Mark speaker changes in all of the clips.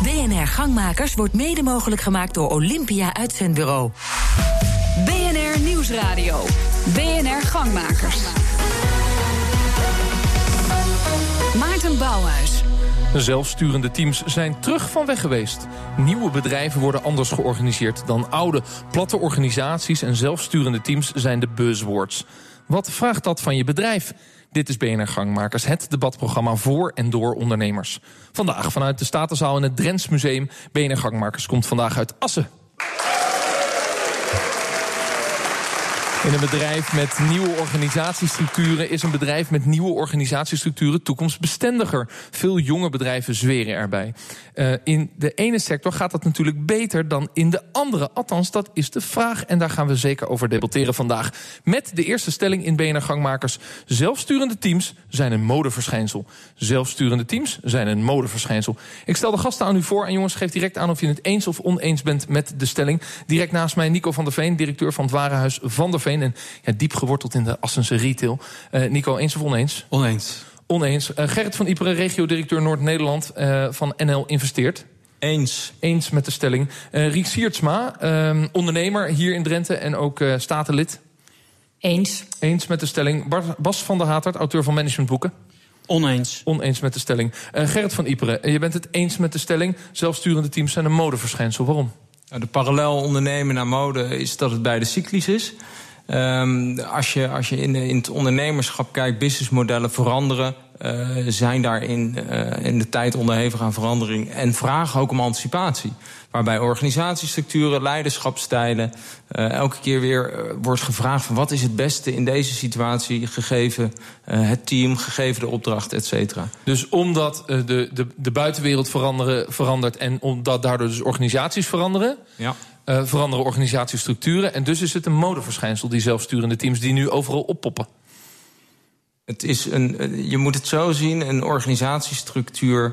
Speaker 1: BNR Gangmakers wordt mede mogelijk gemaakt door Olympia Uitzendbureau.
Speaker 2: BNR Nieuwsradio. BNR Gangmakers. Maarten Bouwhuis.
Speaker 3: Zelfsturende teams zijn terug van weg geweest. Nieuwe bedrijven worden anders georganiseerd dan oude. Platte organisaties en zelfsturende teams zijn de buzzwords. Wat vraagt dat van je bedrijf? Dit is BNR Gangmakers, het debatprogramma voor en door ondernemers. Vandaag vanuit de Statenzaal in het Drents Museum. BNR Gangmakers komt vandaag uit Assen. In een bedrijf met nieuwe organisatiestructuren is een bedrijf met nieuwe organisatiestructuren toekomstbestendiger. Veel jonge bedrijven zweren erbij. In de ene sector gaat dat natuurlijk beter dan in de andere. Althans, dat is de vraag en daar gaan we zeker over debatteren vandaag. Met de eerste stelling in BNR Gangmakers. Zelfsturende teams zijn een modeverschijnsel. Zelfsturende teams zijn een modeverschijnsel. Ik stel de gasten aan u voor en jongens, geef direct aan of je het eens of oneens bent met de stelling. Direct naast mij Nico van der Veen, directeur van het Warenhuis Van der Veen. En ja, diep geworteld in de Assense retail. Nico, eens of oneens?
Speaker 4: Oneens.
Speaker 3: Oneens. Gerrit van Iperen, regio-directeur Noord-Nederland van NL Investeert.
Speaker 4: Eens.
Speaker 3: Eens met de stelling. Riek Siertsma, ondernemer hier in Drenthe en ook statenlid.
Speaker 5: Eens.
Speaker 3: Eens met de stelling. Bas van der Hatert, auteur van managementboeken.
Speaker 4: Oneens.
Speaker 3: Oneens met de stelling. Gerrit van Iperen, je bent het eens met de stelling. Zelfsturende teams zijn een modeverschijnsel. Waarom?
Speaker 4: De parallel ondernemen naar mode is dat het beide cyclisch is. Als je in het ondernemerschap kijkt, businessmodellen veranderen, zijn daarin in de tijd onderhevig aan verandering en vragen ook om anticipatie. Waarbij organisatiestructuren, leiderschapsstijlen, elke keer weer wordt gevraagd van wat is het beste in deze situatie, gegeven het team, gegeven de opdracht, et cetera.
Speaker 3: Dus omdat de buitenwereld verandert en omdat daardoor dus organisaties veranderen,
Speaker 4: ja.
Speaker 3: Veranderen organisatiestructuren. En dus is het een modeverschijnsel, die zelfsturende teams die nu overal oppoppen.
Speaker 4: Het is je moet het zo zien, een organisatiestructuur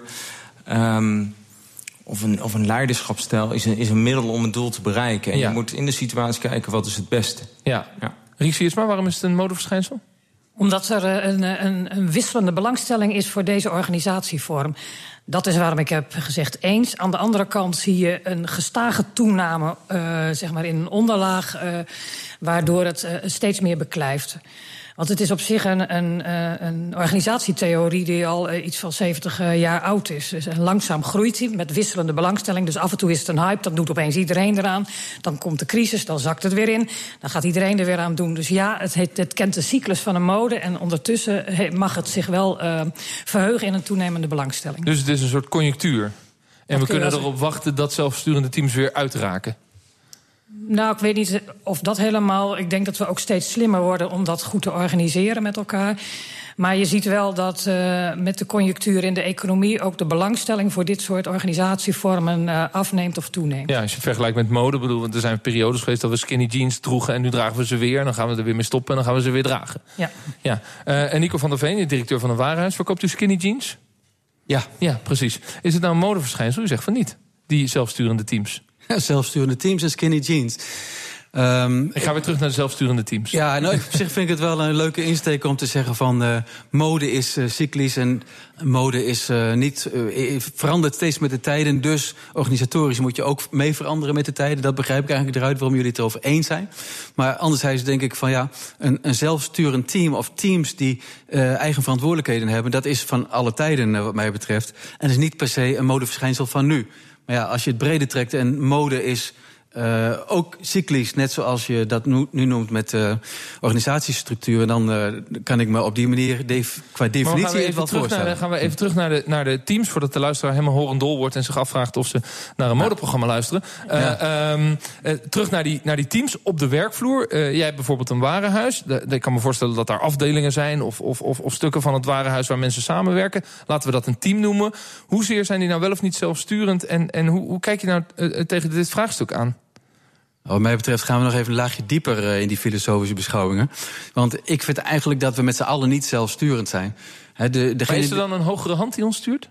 Speaker 4: of een leiderschapsstijl is een middel om het doel te bereiken. En je moet in de situatie kijken wat is het beste.
Speaker 3: Ja. Riek Siersma, waarom is het een modeverschijnsel?
Speaker 5: Omdat er een wisselende belangstelling is voor deze organisatievorm. Dat is waarom ik heb gezegd eens. Aan de andere kant zie je een gestage toename zeg maar in een onderlaag, waardoor het steeds meer beklijft. Want het is op zich een organisatietheorie die al iets van 70 jaar oud is. Dus langzaam groeit hij met wisselende belangstelling. Dus af en toe is het een hype, dan doet opeens iedereen eraan. Dan komt de crisis, dan zakt het weer in. Dan gaat iedereen er weer aan doen. Dus ja, het kent de cyclus van een mode. En ondertussen mag het zich wel verheugen in een toenemende belangstelling.
Speaker 3: Dus het is een soort conjunctuur. En we kunnen erop wachten dat zelfsturende teams weer uitraken.
Speaker 5: Nou, ik weet niet of dat helemaal. Ik denk dat we ook steeds slimmer worden om dat goed te organiseren met elkaar. Maar je ziet wel dat met de conjunctuur in de economie ook de belangstelling voor dit soort organisatievormen afneemt of toeneemt. Ja,
Speaker 3: als je het vergelijkt met mode, want er zijn periodes geweest dat we skinny jeans droegen en nu dragen we ze weer. En dan gaan we er weer mee stoppen en dan gaan we ze weer dragen. Ja. En Nico van der Veen, directeur van een warenhuis, verkoopt u skinny jeans? Ja, precies. Is het nou een modeverschijnsel? U zegt van niet. Die zelfsturende teams.
Speaker 6: Ja, zelfsturende teams en skinny jeans.
Speaker 3: Ik ga weer terug naar de zelfsturende teams.
Speaker 6: Ja, nou, op zich vind ik het wel een leuke insteek om te zeggen van mode is cyclisch en mode is verandert steeds met de tijden. Dus organisatorisch moet je ook mee veranderen met de tijden. Dat begrijp ik eigenlijk eruit waarom jullie het erover eens zijn. Maar anderzijds denk ik van ja, een zelfsturend team of teams die eigen verantwoordelijkheden hebben, dat is van alle tijden wat mij betreft. En is niet per se een modeverschijnsel van nu. Maar ja, als je het breder trekt en mode is ook cyclisch, net zoals je dat nu noemt met organisatiestructuren, dan kan ik me op die manier qua definitie wel voorstellen.
Speaker 3: Gaan we even terug naar de teams, voordat de luisteraar helemaal horendol wordt en zich afvraagt of ze naar een modeprogramma luisteren. Terug naar die teams op de werkvloer. Jij hebt bijvoorbeeld een warenhuis. Ik kan me voorstellen dat daar afdelingen zijn of stukken van het warenhuis waar mensen samenwerken. Laten we dat een team noemen. Hoezeer zijn die nou wel of niet zelfsturend en hoe kijk je nou tegen dit vraagstuk aan?
Speaker 6: Wat mij betreft gaan we nog even een laagje dieper in die filosofische beschouwingen. Want ik vind eigenlijk dat we met z'n allen niet zelfsturend zijn.
Speaker 3: Maar is er dan een hogere hand die ons stuurt?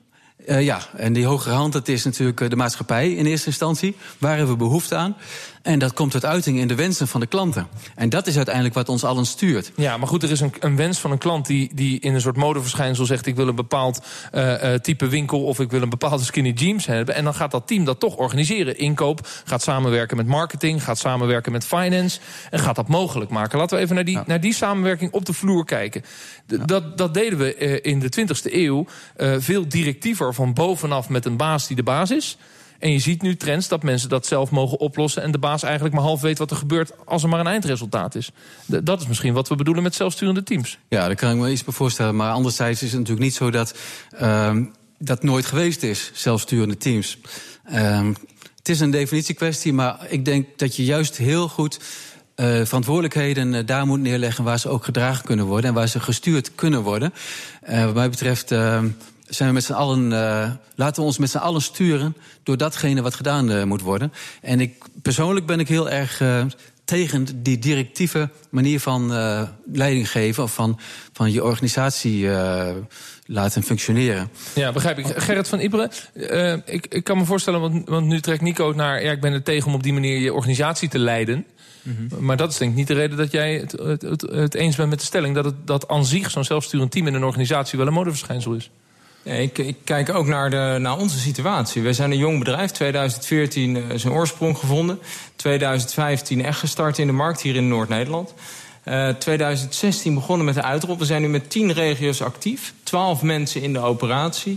Speaker 6: En die hogere hand, dat is natuurlijk de maatschappij in eerste instantie. Waar hebben we behoefte aan? En dat komt tot uiting in de wensen van de klanten. En dat is uiteindelijk wat ons allen stuurt.
Speaker 3: Ja, maar goed, er is een wens van een klant die in een soort modeverschijnsel zegt: ik wil een bepaald type winkel of ik wil een bepaalde skinny jeans hebben. En dan gaat dat team dat toch organiseren. Inkoop gaat samenwerken met marketing, gaat samenwerken met finance en gaat dat mogelijk maken. Laten we even naar die samenwerking op de vloer kijken. Dat deden we in de 20e eeuw veel directiever van bovenaf met een baas die de baas is. En je ziet nu trends dat mensen dat zelf mogen oplossen en de baas eigenlijk maar half weet wat er gebeurt als er maar een eindresultaat is. Dat is misschien wat we bedoelen met zelfsturende teams.
Speaker 6: Ja, daar kan ik me iets bij voorstellen. Maar anderzijds is het natuurlijk niet zo dat dat nooit geweest is, zelfsturende teams. Het is een definitiekwestie, maar ik denk dat je juist heel goed verantwoordelijkheden daar moet neerleggen waar ze ook gedragen kunnen worden en waar ze gestuurd kunnen worden. Wat mij betreft zijn we met z'n allen, laten we ons met z'n allen sturen door datgene wat gedaan moet worden. En persoonlijk ben ik heel erg tegen die directieve manier van leiding geven of van je organisatie laten functioneren. Ja,
Speaker 3: begrijp ik. Gerrit van Iperen, ik kan me voorstellen, want nu trekt Nico naar, ik ben er tegen om op die manier je organisatie te leiden. Mm-hmm. Maar dat is denk ik niet de reden dat jij het eens bent met de stelling dat aan zich zo'n zelfsturend team in een organisatie wel een modeverschijnsel is.
Speaker 4: Ja, ik kijk ook naar onze situatie. We zijn een jong bedrijf, 2014 zijn oorsprong gevonden. 2015 echt gestart in de markt hier in Noord-Nederland. 2016 begonnen met de uitrol. We zijn nu met 10 regio's actief, 12 mensen in de operatie.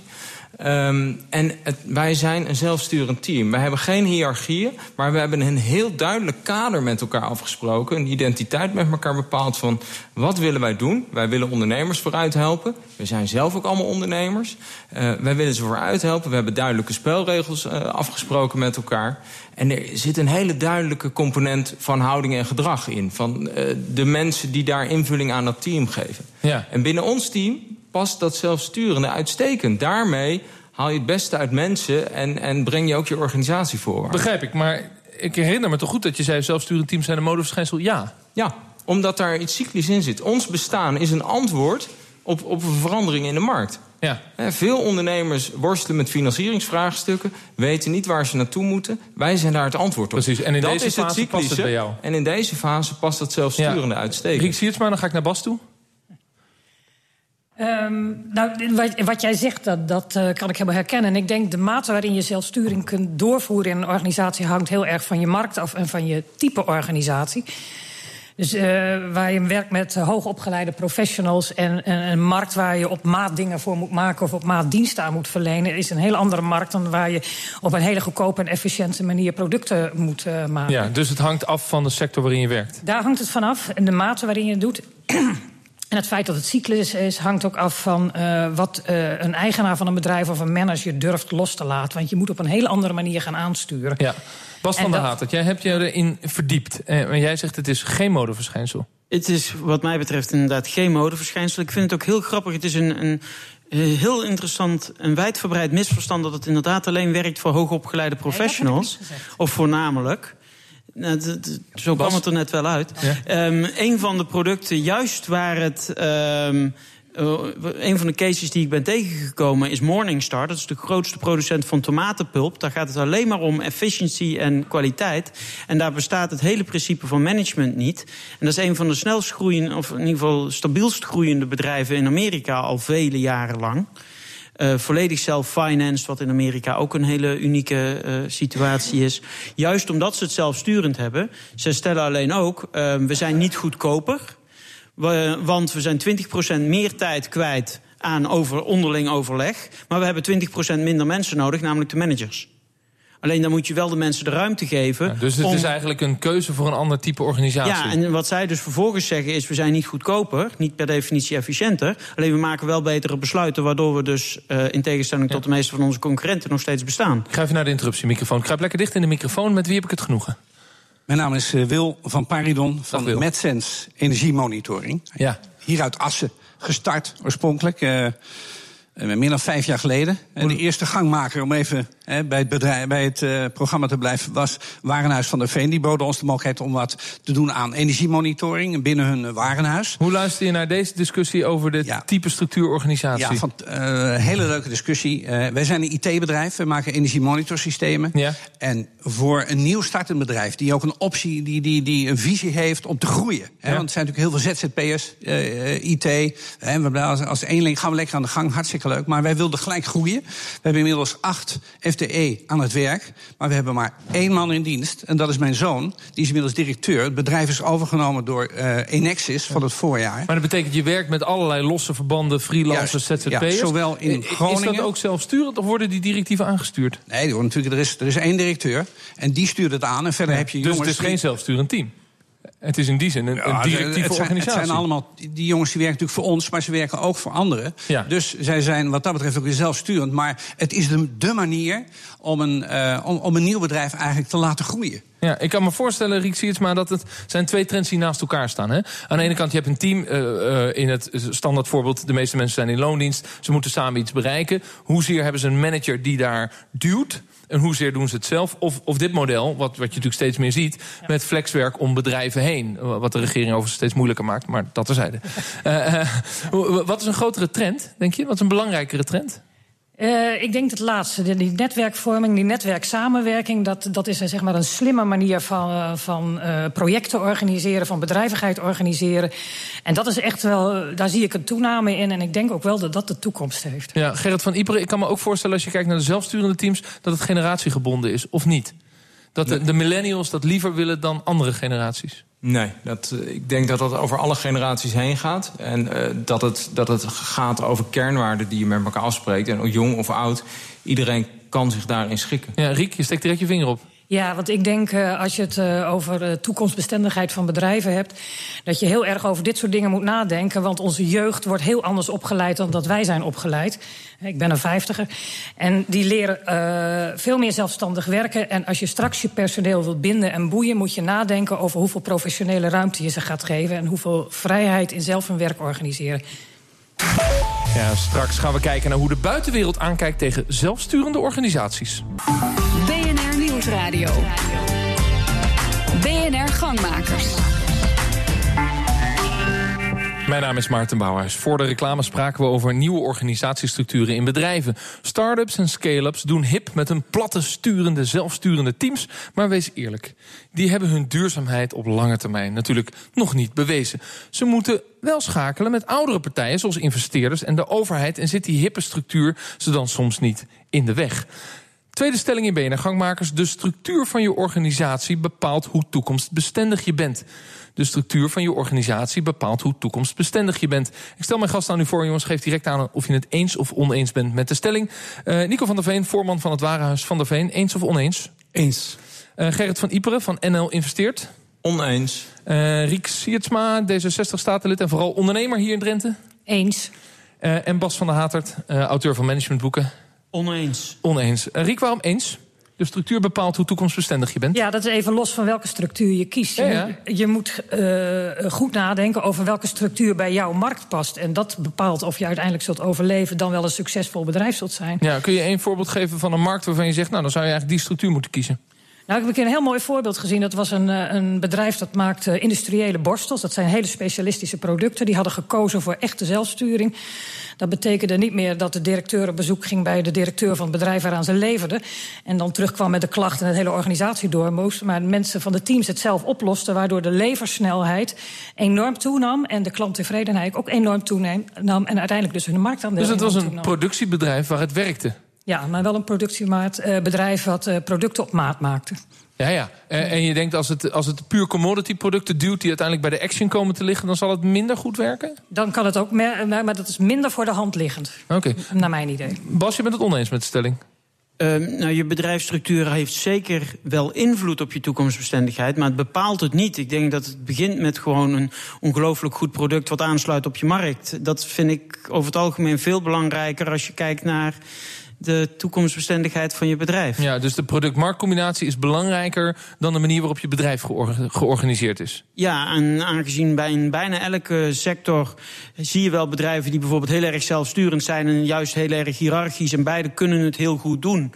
Speaker 4: Wij zijn een zelfsturend team. Wij hebben geen hiërarchieën, maar we hebben een heel duidelijk kader met elkaar afgesproken. Een identiteit met elkaar bepaald van wat willen wij doen. Wij willen ondernemers vooruit helpen. We zijn zelf ook allemaal ondernemers. Wij willen ze vooruit helpen. We hebben duidelijke spelregels afgesproken met elkaar. En er zit een hele duidelijke component van houding en gedrag in. Van de mensen die daar invulling aan dat team geven. Ja. En binnen ons team past dat zelfsturende uitstekend. Daarmee haal je het beste uit mensen en breng je ook je organisatie voorwaarts.
Speaker 3: Begrijp ik, maar ik herinner me toch goed dat je zei zelfsturende teams zijn een modeverschijnsel? Ja,
Speaker 4: omdat daar iets cyclisch in zit. Ons bestaan is een antwoord op een verandering in de markt. Ja. Veel ondernemers worstelen met financieringsvraagstukken, weten niet waar ze naartoe moeten. Wij zijn daar het antwoord op.
Speaker 3: Precies, en in deze fase past het bij jou.
Speaker 4: En in deze fase past dat zelfsturende uitstekend.
Speaker 3: Riek Siertsma, dan ga ik naar Bas toe.
Speaker 5: Wat jij zegt, dat kan ik helemaal herkennen. En ik denk de mate waarin je zelfsturing kunt doorvoeren in een organisatie hangt heel erg van je markt af en van je type organisatie. Dus waar je werkt met hoogopgeleide professionals en een markt waar je op maat dingen voor moet maken of op maat diensten aan moet verlenen, is een heel andere markt dan waar je op een hele goedkope en efficiënte manier producten moet maken. Ja,
Speaker 3: dus het hangt af van de sector waarin je werkt.
Speaker 5: Daar hangt het vanaf en de mate waarin je het doet. En het feit dat het cyclus is, hangt ook af van wat een eigenaar van een bedrijf of een manager durft los te laten. Want je moet op een hele andere manier gaan aansturen.
Speaker 3: Ja. Bas van der Hatert, jij hebt je erin verdiept. En jij zegt het is geen modeverschijnsel.
Speaker 7: Het is wat mij betreft inderdaad geen modeverschijnsel. Ik vind het ook heel grappig. Het is een heel interessant en wijdverbreid misverstand dat het inderdaad alleen werkt voor hoogopgeleide professionals. Of voornamelijk. Zo kwam het er net wel uit. Ja. Een van de producten, juist waar het een van de cases die ik ben tegengekomen is Morningstar. Dat is de grootste producent van tomatenpulp. Daar gaat het alleen maar om efficiëntie en kwaliteit. En daar bestaat het hele principe van management niet. En dat is een van de snelst groeiende, of in ieder geval stabielst groeiende bedrijven in Amerika al vele jaren lang. Volledig self-financed, wat in Amerika ook een hele unieke situatie is. Juist omdat ze het zelfsturend hebben. Ze stellen alleen ook, we zijn niet goedkoper. Want we zijn 20% meer tijd kwijt aan onderling overleg. Maar we hebben 20% minder mensen nodig, namelijk de managers. Alleen dan moet je wel de mensen de ruimte geven. Ja,
Speaker 3: dus het is eigenlijk een keuze voor een ander type organisatie.
Speaker 7: Ja, en wat zij dus vervolgens zeggen is, we zijn niet goedkoper, niet per definitie efficiënter. Alleen we maken wel betere besluiten, waardoor we dus in tegenstelling tot de meeste van onze concurrenten nog steeds bestaan.
Speaker 3: Ik ga even naar de interruptiemicrofoon. Ik ga lekker dicht in de microfoon. Met wie heb ik het genoegen?
Speaker 8: Mijn naam is Wil van Paridon van MedSense Energiemonitoring. Ja. Hier uit Assen gestart oorspronkelijk. meer dan 5 jaar geleden. De eerste gangmaker om even bij het programma te blijven was Warenhuis van der Veen. Die boden ons de mogelijkheid om wat te doen aan energiemonitoring binnen hun warenhuis.
Speaker 3: Hoe luister je naar deze discussie over de type structuurorganisatie?
Speaker 8: Ja, hele leuke discussie. Wij zijn een IT-bedrijf, we maken energiemonitorsystemen. Ja. En voor een nieuw startend bedrijf die ook een optie, die een visie heeft om te groeien. Ja. Want er zijn natuurlijk heel veel ZZP'ers, IT. Als eenling gaan we lekker aan de gang, hartstikke leuk. Maar wij wilden gelijk groeien. We hebben inmiddels 8 FTE aan het werk. Maar we hebben maar 1 man in dienst. En dat is mijn zoon. Die is inmiddels directeur. Het bedrijf is overgenomen door Enexis van het voorjaar.
Speaker 3: Maar dat betekent, je werkt met allerlei losse verbanden, freelancers, ZZP'ers.
Speaker 8: Ja, zowel in Groningen.
Speaker 3: Is dat ook zelfsturend of worden die directieven aangestuurd?
Speaker 8: Nee, natuurlijk, er is 1 directeur. En die stuurt het aan. En verder heb je jongens.
Speaker 3: Dus het is geen zelfsturend team? Het is in die zin een directieve organisatie.
Speaker 8: Het zijn allemaal, die jongens die werken natuurlijk voor ons, maar ze werken ook voor anderen. Ja. Dus zij zijn wat dat betreft ook weer zelfsturend. Maar het is de manier om een nieuw bedrijf eigenlijk te laten groeien.
Speaker 3: Ja, ik kan me voorstellen, Riek Siertsma, dat het zijn 2 trends die naast elkaar staan. Hè? Aan de ene kant, je hebt een team, in het standaard voorbeeld, de meeste mensen zijn in loondienst, ze moeten samen iets bereiken. Hoezeer hebben ze een manager die daar duwt? En hoezeer doen ze het zelf? Of dit model, wat je natuurlijk steeds meer ziet, met flexwerk om bedrijven heen. Wat de regering overigens steeds moeilijker maakt, maar dat terzijde. Wat is een grotere trend, denk je? Wat is een belangrijkere trend?
Speaker 5: Ik denk het laatste. Die netwerkvorming, die netwerksamenwerking, dat is zeg maar een slimme manier van projecten organiseren, van bedrijvigheid organiseren. En dat is echt wel, daar zie ik een toename in. En ik denk ook wel dat dat de toekomst heeft. Ja,
Speaker 3: Gerrit van Iperen, ik kan me ook voorstellen, als je kijkt naar de zelfsturende teams, dat het generatiegebonden is, of niet? Dat de millennials dat liever willen dan andere generaties?
Speaker 4: Nee, ik denk dat dat over alle generaties heen gaat. En dat het gaat over kernwaarden die je met elkaar afspreekt. En jong of oud, iedereen kan zich daarin schikken.
Speaker 3: Ja, Riek, je steekt direct je vinger op.
Speaker 5: Ja, want ik denk, als je het over toekomstbestendigheid van bedrijven hebt, dat je heel erg over dit soort dingen moet nadenken. Want onze jeugd wordt heel anders opgeleid dan dat wij zijn opgeleid. Ik ben een 50er. En die leren veel meer zelfstandig werken. En als je straks je personeel wilt binden en boeien, moet je nadenken over hoeveel professionele ruimte je ze gaat geven en hoeveel vrijheid in zelf hun werk organiseren.
Speaker 3: Ja, straks gaan we kijken naar hoe de buitenwereld aankijkt tegen zelfsturende organisaties.
Speaker 2: BNR Nieuwsradio. BNR Gangmakers.
Speaker 3: Mijn naam is Maarten Bouwhuis. Voor de reclame spraken we over nieuwe organisatiestructuren in bedrijven. Start-ups en scale-ups doen hip met een platte, sturende, zelfsturende teams. Maar wees eerlijk, die hebben hun duurzaamheid op lange termijn natuurlijk nog niet bewezen. Ze moeten wel schakelen met oudere partijen zoals investeerders en de overheid. En zit die hippe structuur ze dan soms niet in de weg. Tweede stelling in BNR Gangmakers. De structuur van je organisatie bepaalt hoe toekomstbestendig je bent. De structuur van je organisatie bepaalt hoe toekomstbestendig je bent. Ik stel mijn gast aan u voor, jongens. Geef direct aan of je het eens of oneens bent met de stelling. Nico van der Veen, voorman van het Warenhuis van der Veen. Eens of oneens?
Speaker 4: Eens.
Speaker 3: Gerrit van Iperen van NL Investeert.
Speaker 4: Oneens.
Speaker 3: Riek Siertsma, D66-statenlid en vooral ondernemer hier in Drenthe.
Speaker 5: Eens.
Speaker 3: En Bas van der Hatert, auteur van managementboeken.
Speaker 7: Oneens.
Speaker 3: Oneens. Riek, waarom eens? De structuur bepaalt hoe toekomstbestendig je bent?
Speaker 5: Ja, dat is even los van welke structuur je kiest.
Speaker 3: Ja.
Speaker 5: Je moet goed nadenken over welke structuur bij jouw markt past. En dat bepaalt of je uiteindelijk zult overleven, dan wel een succesvol bedrijf zult zijn.
Speaker 3: Ja, kun je één voorbeeld geven van een markt waarvan je zegt, nou, dan zou je eigenlijk die structuur moeten kiezen?
Speaker 5: Nou, ik heb een heel mooi voorbeeld gezien. Dat was een bedrijf dat maakt industriële borstels. Dat zijn hele specialistische producten. Die hadden gekozen voor echte zelfsturing. Dat betekende niet meer dat de directeur op bezoek ging bij de directeur van het bedrijf waaraan ze leverden. En dan terugkwam met de klacht en de hele organisatie door moest. Maar mensen van de teams het zelf oplosten, waardoor de leversnelheid enorm toenam. En de klanttevredenheid ook enorm toenam. En uiteindelijk dus hun marktaandeel.
Speaker 3: Dus het was een productiebedrijf waar het werkte?
Speaker 5: Ja, maar wel een productiebedrijf wat producten op maat maakte.
Speaker 3: Ja. En je denkt als het puur commodity producten duwt die uiteindelijk bij de Action komen te liggen, dan zal het minder goed werken?
Speaker 5: Dan kan het ook, maar dat is minder voor de hand liggend.
Speaker 3: Okay.
Speaker 5: Naar mijn idee.
Speaker 3: Bas, je bent het oneens met de stelling?
Speaker 7: Je bedrijfsstructuur heeft zeker wel invloed op je toekomstbestendigheid, maar het bepaalt het niet. Ik denk dat het begint met gewoon een ongelooflijk goed product wat aansluit op je markt. Dat vind ik over het algemeen veel belangrijker als je kijkt naar de toekomstbestendigheid van je bedrijf.
Speaker 3: Ja, dus de product-marktcombinatie is belangrijker dan de manier waarop je bedrijf georganiseerd is.
Speaker 7: Ja, en aangezien bij in bijna elke sector zie je wel bedrijven die bijvoorbeeld heel erg zelfsturend zijn en juist heel erg hiërarchisch, en beide kunnen het heel goed doen.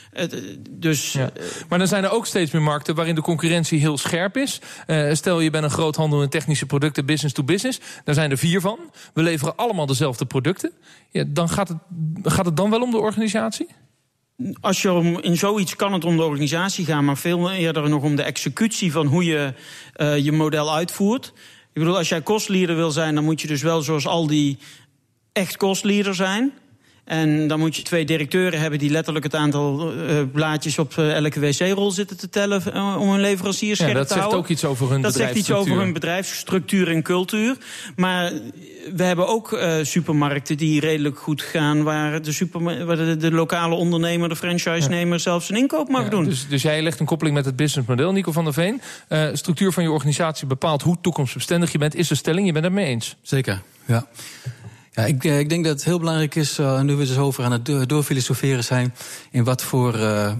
Speaker 3: Maar dan zijn er ook steeds meer markten waarin de concurrentie heel scherp is. Stel, je bent een groothandel in technische producten, business to business. Daar zijn er 4 van. We leveren allemaal dezelfde producten. Ja, dan gaat het dan wel om de organisatie?
Speaker 7: Als je in zoiets kan het om de organisatie gaan, maar veel eerder nog om de executie van hoe je je model uitvoert. Ik bedoel, als jij kostleader wil zijn, dan moet je dus wel zoals Aldi echt kostleader zijn. En dan moet je 2 directeuren hebben die letterlijk het aantal blaadjes op elke wc-rol zitten te tellen om hun leveranciers scherp te houden.
Speaker 3: Dat zegt ook iets over hun bedrijfsstructuur. Dat zegt iets over hun bedrijfsstructuur
Speaker 7: en cultuur. Maar we hebben ook supermarkten die redelijk goed gaan, waar de lokale ondernemer, de franchise-nemer zelfs een inkoop mag doen.
Speaker 3: Dus jij legt een koppeling met het businessmodel, Nico van der Veen. Structuur van je organisatie bepaalt hoe toekomstbestendig je bent. Is de stelling, je bent het mee eens?
Speaker 6: Zeker, ja. Ja, ik denk dat het heel belangrijk is, nu we dus over aan het doorfilosoferen zijn, in wat voor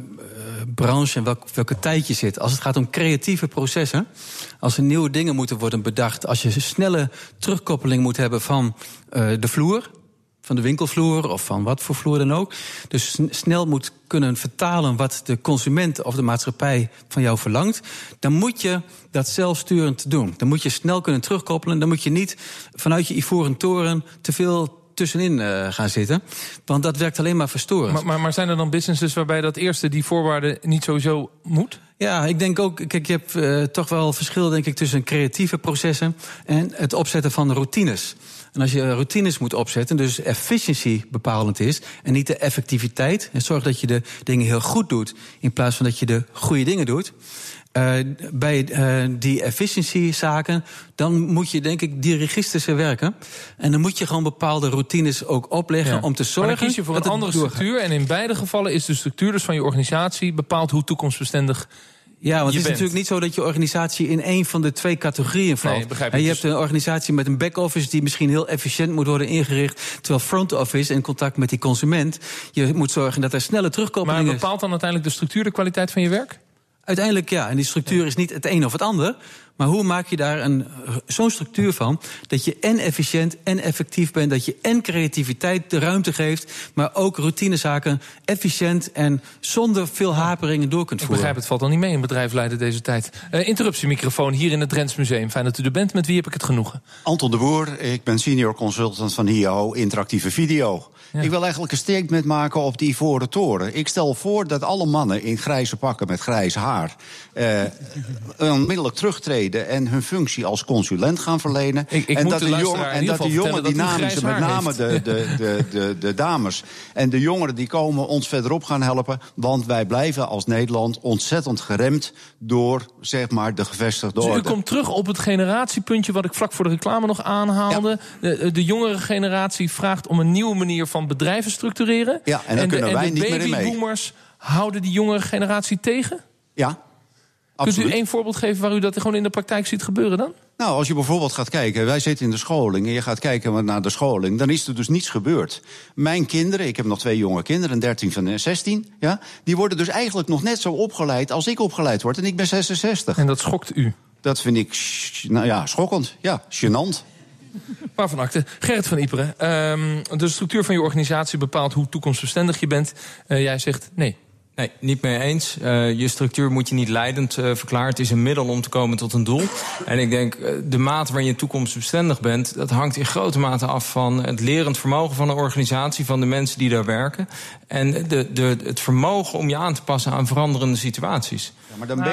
Speaker 6: branche en welke tijd je zit. Als het gaat om creatieve processen, als er nieuwe dingen moeten worden bedacht, als je een snelle terugkoppeling moet hebben van de vloer, van de winkelvloer of van wat voor vloer dan ook. Dus snel moet kunnen vertalen wat de consument of de maatschappij van jou verlangt. Dan moet je dat zelfsturend doen. Dan moet je snel kunnen terugkoppelen. Dan moet je niet vanuit je ivoren toren te veel tussenin gaan zitten. Want dat werkt alleen maar verstorend.
Speaker 3: Maar zijn er dan businesses waarbij dat eerste, die voorwaarden, niet sowieso moet?
Speaker 6: Ja, ik denk ook, kijk, je hebt toch wel verschil, denk ik, tussen creatieve processen en het opzetten van routines. En als je routines moet opzetten, dus efficiency bepalend is en niet de effectiviteit, en zorg dat je de dingen heel goed doet in plaats van dat je de goede dingen doet. Bij die efficiency-zaken, dan moet je, denk ik, dirigistisch werken. En dan moet je gewoon bepaalde routines ook opleggen om te zorgen.
Speaker 3: Maar dan kies je voor een andere structuur. En in beide gevallen is de structuur dus van je organisatie bepaalt hoe toekomstbestendig.
Speaker 6: Ja, want het is natuurlijk niet zo dat je organisatie in één van de 2 categorieën valt.
Speaker 3: Nee, begrijp
Speaker 6: je hebt een organisatie met een back-office die misschien heel efficiënt moet worden ingericht, terwijl front-office in contact met die consument, je moet zorgen dat er snelle terugkoppeling is.
Speaker 3: Maar bepaalt dan uiteindelijk de structuur de kwaliteit van je werk?
Speaker 6: Uiteindelijk ja, en die structuur is niet het een of het ander. Maar hoe maak je daar zo'n structuur van dat je en efficiënt en effectief bent, dat je en creativiteit de ruimte geeft, maar ook routinezaken efficiënt en zonder veel haperingen door kunt voeren.
Speaker 3: Ik begrijp, het valt dan niet mee in bedrijf leiden deze tijd. Interruptiemicrofoon hier in het Drents Museum. Fijn dat u er bent. Met wie heb ik het genoegen?
Speaker 9: Anton de Boer, ik ben senior consultant van HIO Interactieve Video. Ja. Ik wil eigenlijk een statement maken op die Ivoren Toren. Ik stel voor dat alle mannen in grijze pakken met grijs haar onmiddellijk terugtreden en hun functie als consulent gaan verlenen.
Speaker 3: En dat de
Speaker 9: jongen dynamische, met name de dames en de jongeren die komen, ons verderop gaan helpen. Want wij blijven als Nederland ontzettend geremd door, zeg maar, de gevestigde orde.
Speaker 3: Dus u komt terug op het generatiepuntje wat ik vlak voor de reclame nog aanhaalde. Ja. De jongere generatie vraagt om een nieuwe manier van bedrijven structureren.
Speaker 9: Ja, en dan kunnen wij niet meer in mee.
Speaker 3: De babyboomers houden die jongere generatie tegen?
Speaker 9: Ja, absoluut.
Speaker 3: Kunt u één voorbeeld geven waar u dat gewoon in de praktijk ziet gebeuren dan?
Speaker 9: Nou, als je bijvoorbeeld gaat kijken, wij zitten in de scholing en je gaat kijken naar de scholing, dan is er dus niets gebeurd. Mijn kinderen, ik heb nog 2 jonge kinderen, 13 en 16, ja, die worden dus eigenlijk nog net zo opgeleid als ik opgeleid word. En ik ben 66.
Speaker 3: En dat schokt u?
Speaker 9: Dat vind ik, nou ja, schokkend. Ja, gênant.
Speaker 3: Waarvan akte. Gerrit van Iperen, de structuur van je organisatie bepaalt hoe toekomstbestendig je bent. Jij zegt nee.
Speaker 4: Nee, niet mee eens. Je structuur moet je niet leidend verklaren. Het is een middel om te komen tot een doel. En ik denk, de mate waarin je toekomstbestendig bent, dat hangt in grote mate af van het lerend vermogen van een organisatie, van de mensen die daar werken. En het vermogen om je aan te passen aan veranderende situaties.
Speaker 9: Ja, maar dan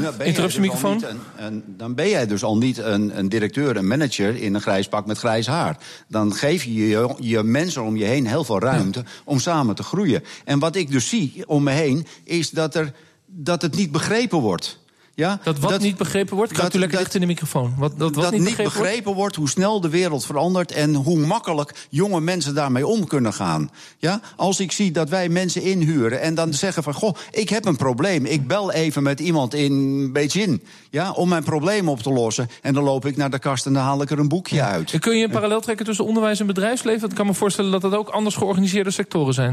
Speaker 9: ben jij dus al niet een directeur, een manager in een grijs pak met grijs haar. Dan geef je mensen om je heen heel veel ruimte om samen te groeien. En wat ik dus zie om me heen, is dat het niet begrepen wordt. Ja,
Speaker 3: dat niet begrepen wordt? Gaat u lekker dicht in de microfoon. Dat
Speaker 9: niet begrepen wordt hoe snel de wereld verandert en hoe makkelijk jonge mensen daarmee om kunnen gaan. Ja? Als ik zie dat wij mensen inhuren en dan zeggen van, goh, ik heb een probleem. Ik bel even met iemand in Beijing, ja, om mijn probleem op te lossen. En dan loop ik naar de kast en dan haal ik er een boekje uit.
Speaker 3: Kun je een parallel trekken tussen onderwijs en bedrijfsleven? Ik kan me voorstellen dat dat ook anders georganiseerde sectoren zijn.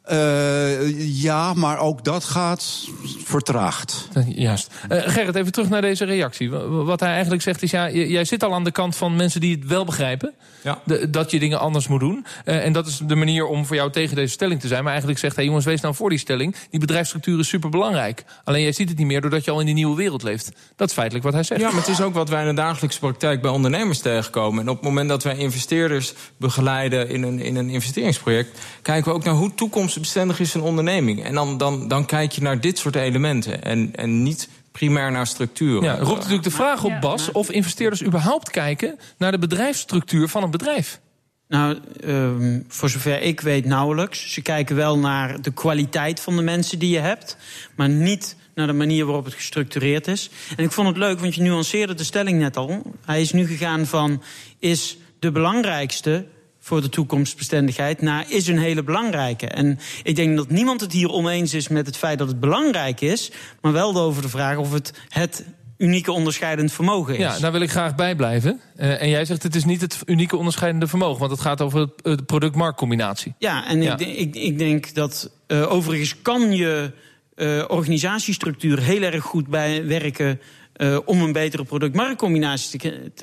Speaker 9: Ja, maar ook dat gaat vertraagd.
Speaker 3: Juist. Gerrit, even terug naar deze reactie. Wat hij eigenlijk zegt is, jij zit al aan de kant van mensen die het wel begrijpen. Ja. Dat je dingen anders moet doen. En dat is de manier om voor jou tegen deze stelling te zijn. Maar eigenlijk zegt hij, jongens, wees nou voor die stelling. Die bedrijfsstructuur is superbelangrijk. Alleen jij ziet het niet meer doordat je al in die nieuwe wereld leeft. Dat is feitelijk wat hij zegt.
Speaker 4: Ja, maar het is ook wat wij in de dagelijkse praktijk bij ondernemers tegenkomen. En op het moment dat wij investeerders begeleiden in een investeringsproject, kijken we ook naar hoe toekomstbestendig is een onderneming. En dan kijk je naar dit soort elementen. En niet primair naar structuur.
Speaker 3: Ja, roept natuurlijk de vraag op, Bas, of investeerders überhaupt kijken naar de bedrijfsstructuur van een bedrijf.
Speaker 7: Nou, voor zover ik weet nauwelijks. Ze kijken wel naar de kwaliteit van de mensen die je hebt, maar niet naar de manier waarop het gestructureerd is. En ik vond het leuk, want je nuanceerde de stelling net al. Hij is nu gegaan van, is de belangrijkste voor de toekomstbestendigheid is een hele belangrijke. En ik denk dat niemand het hier oneens is met het feit dat het belangrijk is, maar wel over de vraag of het unieke onderscheidend vermogen is.
Speaker 3: Ja, daar wil ik graag bij blijven. En jij zegt het is niet het unieke onderscheidende vermogen, want het gaat over de product-marktcombinatie.
Speaker 7: Ja, en ik denk dat overigens kan je organisatiestructuur heel erg goed bijwerken om een betere product-marktcombinatie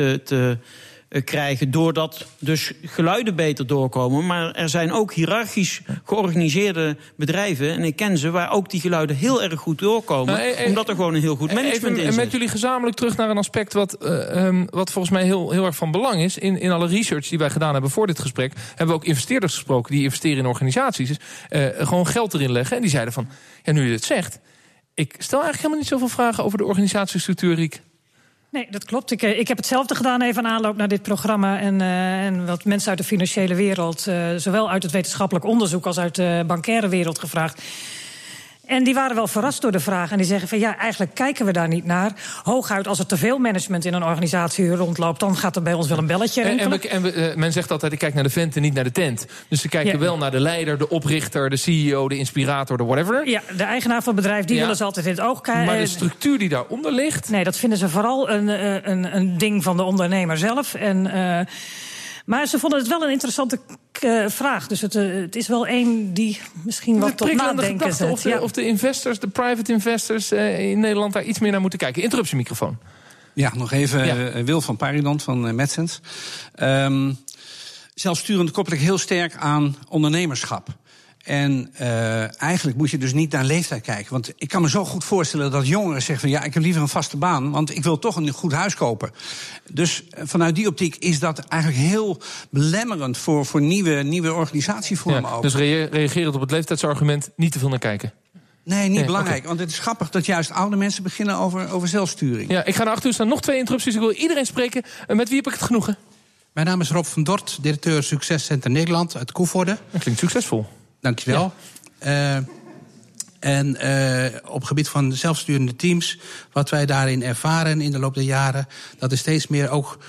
Speaker 7: te krijgen, doordat dus geluiden beter doorkomen. Maar er zijn ook hiërarchisch georganiseerde bedrijven, en ik ken ze, waar ook die geluiden heel erg goed doorkomen, omdat er gewoon een heel goed management in zit.
Speaker 3: En met jullie gezamenlijk terug naar een aspect wat volgens mij heel erg van belang is. In alle research die wij gedaan hebben voor dit gesprek, hebben we ook investeerders gesproken die investeren in organisaties. Gewoon geld erin leggen. En die zeiden van, nu je dit zegt, ik stel eigenlijk helemaal niet zoveel vragen over de organisatiestructuur, Riek.
Speaker 5: Nee, dat klopt. Ik heb hetzelfde gedaan even in aanloop naar dit programma. En wat mensen uit de financiële wereld, zowel uit het wetenschappelijk onderzoek als uit de bancaire wereld gevraagd. En die waren wel verrast door de vraag. En die zeggen van eigenlijk kijken we daar niet naar. Hooguit als er te veel management in een organisatie rondloopt, dan gaat er bij ons wel een belletje rinkelen.
Speaker 3: Men zegt altijd, ik kijk naar de vent en niet naar de tent. Dus ze kijken wel naar de leider, de oprichter, de CEO, de inspirator, de whatever.
Speaker 5: Ja, de eigenaar van het bedrijf, die willen ze altijd in het oog kijken.
Speaker 3: Maar de structuur die daaronder ligt?
Speaker 5: Nee, dat vinden ze vooral een ding van de ondernemer zelf. Maar ze vonden het wel een interessante vraag. Dus het is wel één die misschien wat tot nadenken zet.
Speaker 3: Of de investors, de private investors in Nederland daar iets meer naar moeten kijken. Interruptiemicrofoon.
Speaker 8: Ja, nog even Wil van Paridon van Medsens. Zelfsturend koppel ik heel sterk aan ondernemerschap. En eigenlijk moet je dus niet naar leeftijd kijken. Want ik kan me zo goed voorstellen dat jongeren zeggen van ik heb liever een vaste baan, want ik wil toch een goed huis kopen. Dus vanuit die optiek is dat eigenlijk heel belemmerend voor nieuwe organisatievormen ook.
Speaker 3: Dus reagerend op het leeftijdsargument, niet te veel naar kijken.
Speaker 8: Nee, niet belangrijk. Okay. Want het is grappig dat juist oude mensen beginnen over zelfsturing.
Speaker 3: Ja, ik ga naar 8 uur staan. Nog 2 interrupties. Ik wil iedereen spreken. Met wie heb ik het genoegen?
Speaker 10: Mijn naam is Rob van Dort, directeur Succescenter Nederland uit Koevoorde.
Speaker 3: Dat klinkt succesvol.
Speaker 10: Dankjewel. Ja. Op het gebied van zelfsturende teams, wat wij daarin ervaren in de loop der jaren, dat er steeds meer ook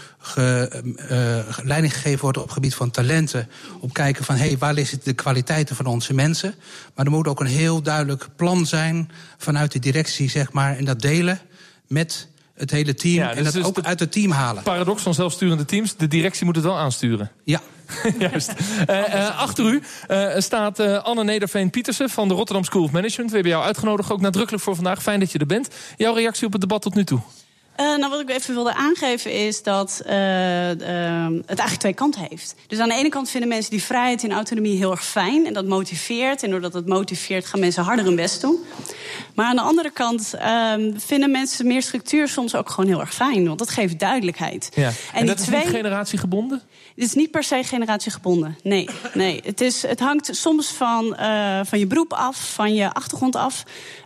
Speaker 10: leiding gegeven wordt op het gebied van talenten. Op kijken van, waar liggen de kwaliteiten van onze mensen? Maar er moet ook een heel duidelijk plan zijn vanuit de directie, zeg maar, en dat delen met het hele team. Ja, dus en dat dus ook uit het team halen.
Speaker 3: Paradox van zelfsturende teams, de directie moet het wel aansturen.
Speaker 10: Ja.
Speaker 3: Juist. Achter u staat Anne Nederveen-Pietersen van de Rotterdam School of Management. We hebben jou uitgenodigd, ook nadrukkelijk voor vandaag. Fijn dat je er bent. Jouw reactie op het debat tot nu toe?
Speaker 11: Wat ik even wilde aangeven is dat het eigenlijk 2 kanten heeft. Dus aan de ene kant vinden mensen die vrijheid en autonomie heel erg fijn. En dat motiveert. En doordat het motiveert gaan mensen harder hun best doen. Maar aan de andere kant vinden mensen meer structuur soms ook gewoon heel erg fijn. Want dat geeft duidelijkheid.
Speaker 3: Ja. En dat is niet generatiegebonden?
Speaker 11: Het is niet per se generatiegebonden. Nee. Het hangt soms van je beroep af, van je achtergrond af.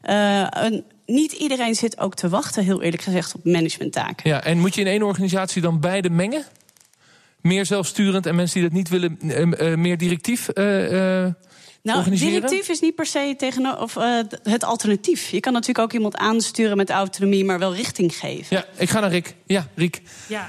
Speaker 11: Niet iedereen zit ook te wachten, heel eerlijk gezegd, op managementtaken.
Speaker 3: Ja, en moet je in één organisatie dan beide mengen? Meer zelfsturend en mensen die dat niet willen, meer directief organiseren?
Speaker 11: Directief is niet per se het alternatief. Je kan natuurlijk ook iemand aansturen met autonomie, maar wel richting geven.
Speaker 3: Ja, ik ga naar Rick. Ja, Riek.
Speaker 5: Ja,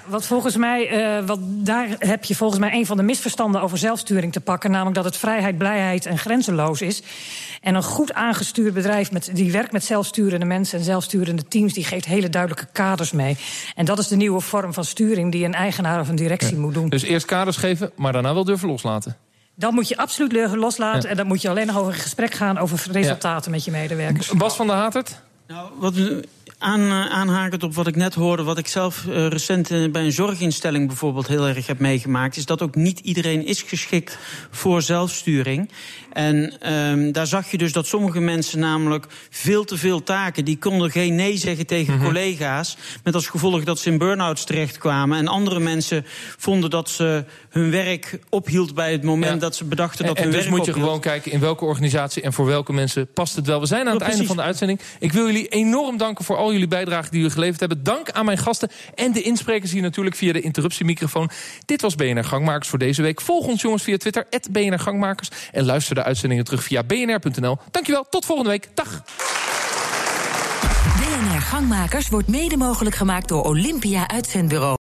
Speaker 5: daar heb je volgens mij een van de misverstanden over zelfsturing te pakken. Namelijk dat het vrijheid, blijheid en grenzeloos is. En een goed aangestuurd bedrijf die werkt met zelfsturende mensen en zelfsturende teams, die geeft hele duidelijke kaders mee. En dat is de nieuwe vorm van sturing die een eigenaar of een directie moet doen.
Speaker 3: Dus eerst kaders geven, maar daarna wel durven loslaten.
Speaker 5: Dan moet je absoluut loslaten. En dan moet je alleen nog over in gesprek gaan over resultaten met je medewerkers.
Speaker 3: Bas van der Hatert?
Speaker 7: Nou, aanhakend op wat ik net hoorde, wat ik zelf recent bij een zorginstelling bijvoorbeeld heel erg heb meegemaakt, is dat ook niet iedereen is geschikt voor zelfsturing. En daar zag je dus dat sommige mensen namelijk veel te veel taken, die konden geen nee zeggen tegen collega's, met als gevolg dat ze in burn-outs terechtkwamen. En andere mensen vonden dat ze hun werk ophield bij het moment dat ze bedachten dat hun werk ophield. En dus moet je gewoon
Speaker 3: kijken in welke organisatie en voor welke mensen past het wel. We zijn aan het einde van de uitzending. Ik wil jullie enorm danken voor al jullie bijdragen die jullie geleverd hebben. Dank aan mijn gasten en de insprekers hier natuurlijk via de interruptiemicrofoon. Dit was BNR Gangmakers voor deze week. Volg ons jongens via Twitter, @BNR Gangmakers. En luister de uitzendingen terug via bnr.nl. Dankjewel, tot volgende week. Dag!
Speaker 1: BNR Gangmakers wordt mede mogelijk gemaakt door Olympia Uitzendbureau.